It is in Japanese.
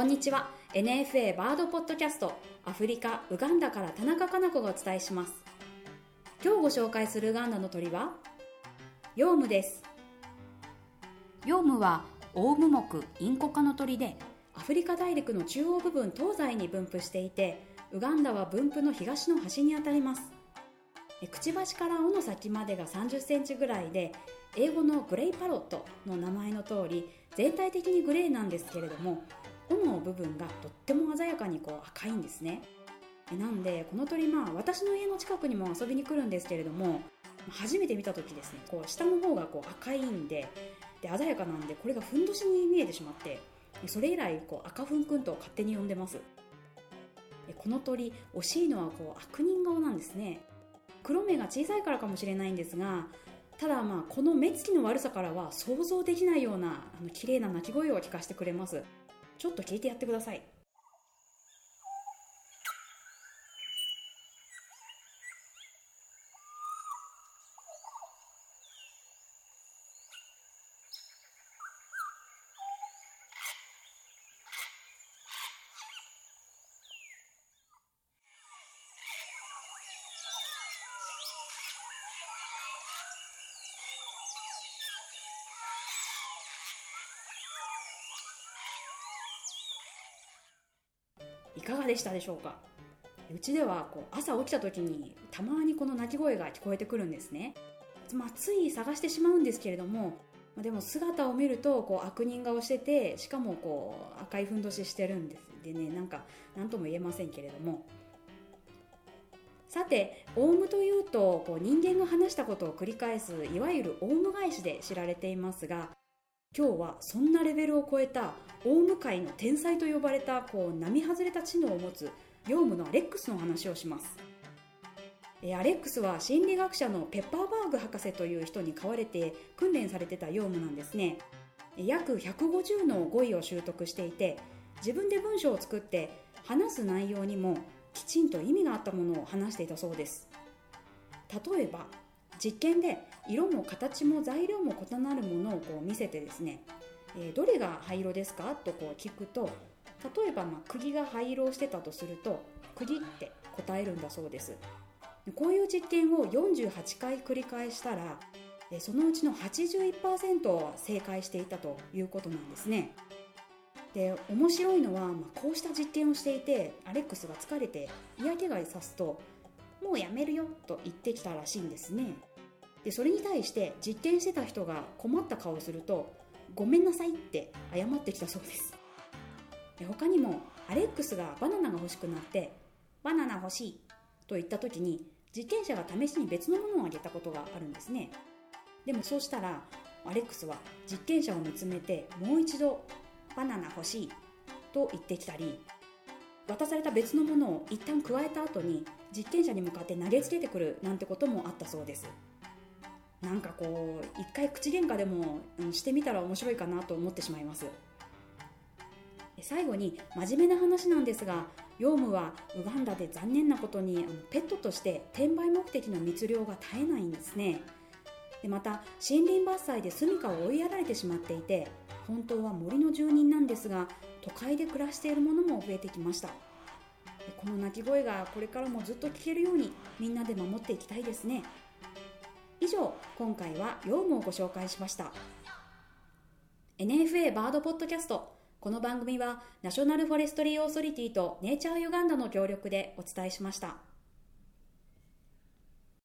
んにちは。 NFA バードポッドキャスト、アフリカウガンダから田中かな子がお伝えします。今日ご紹介するウガンダの鳥はヨウムです。ヨウムはオウム目インコ科の鳥で、アフリカ大陸の中央部分東西に分布していて、ウガンダは分布の東の端にあたります。くちばしから尾の先までが30センチぐらいで、英語のグレイパロットの名前の通り全体的にグレーなんですけれども、尾の部分がとっても鮮やかに赤いんですね。なんでこの鳥、私の家の近くにも遊びに来るんですけれども、初めて見た時ですね、下の方が赤いんで、鮮やかなんで、これがふんどしに見えてしまって、それ以来赤ふんくんと勝手に呼んでます。この鳥惜しいのは悪人顔なんですね。黒目が小さいからかもしれないんですが、ただこの目つきの悪さからは想像できないような綺麗な鳴き声を聞かせてくれます。ちょっと聞いてやってください。いかがでしたでしょうか。うちでは朝起きた時にたまにこの鳴き声が聞こえてくるんですね。つい探してしまうんですけれども、でも姿を見ると悪人顔してて、しかも赤いふんどししてるんですでね、なんとも言えませんけれども。さて、オウムというと人間が話したことを繰り返す、いわゆるオウム返しで知られていますが、今日はそんなレベルを超えたオウム界の天才と呼ばれた並外れた知能を持つヨウムのアレックスの話をします。アレックスは心理学者のペッパーバーグ博士という人に飼われて訓練されてたヨウムなんですね。約150の語彙を習得していて、自分で文章を作って話す内容にもきちんと意味があったものを話していたそうです。例えば実験で色も形も材料も異なるものを見せてですね、どれが灰色ですかと聞くと、例えば釘が灰色をしてたとすると、釘って答えるんだそうです。こういう実験を48回繰り返したら、そのうちの 81% は正解していたということなんですね。で、面白いのは、こうした実験をしていてアレックスが疲れて嫌気がさすと、もうやめるよと言ってきたらしいんですね。で、それに対して実験してた人が困った顔をすると、ごめんなさいって謝ってきたそうです。他にもアレックスがバナナが欲しくなって、バナナ欲しいと言った時に、実験者が試しに別のものをあげたことがあるんですね。でもそうしたらアレックスは実験者を見つめて、もう一度バナナ欲しいと言ってきたり、渡された別のものを一旦加えた後に実験者に向かって投げつけてくるなんてこともあったそうです。一回口喧嘩でもしてみたら面白いかなと思ってしまいます。最後に真面目な話なんですが、ヨウムはウガンダで残念なことにペットとして転売目的の密猟が絶えないんですね。で、また森林伐採で住処を追いやられてしまっていて、本当は森の住人なんですが、都会で暮らしているものも増えてきました。この鳴き声がこれからもずっと聞けるように、みんなで守っていきたいですね。以上、今回はヨウムをご紹介しました。 NFA バードポッドキャスト、この番組はナショナルフォレストリーオーソリティとネイチャーユガンダの協力でお伝えしました。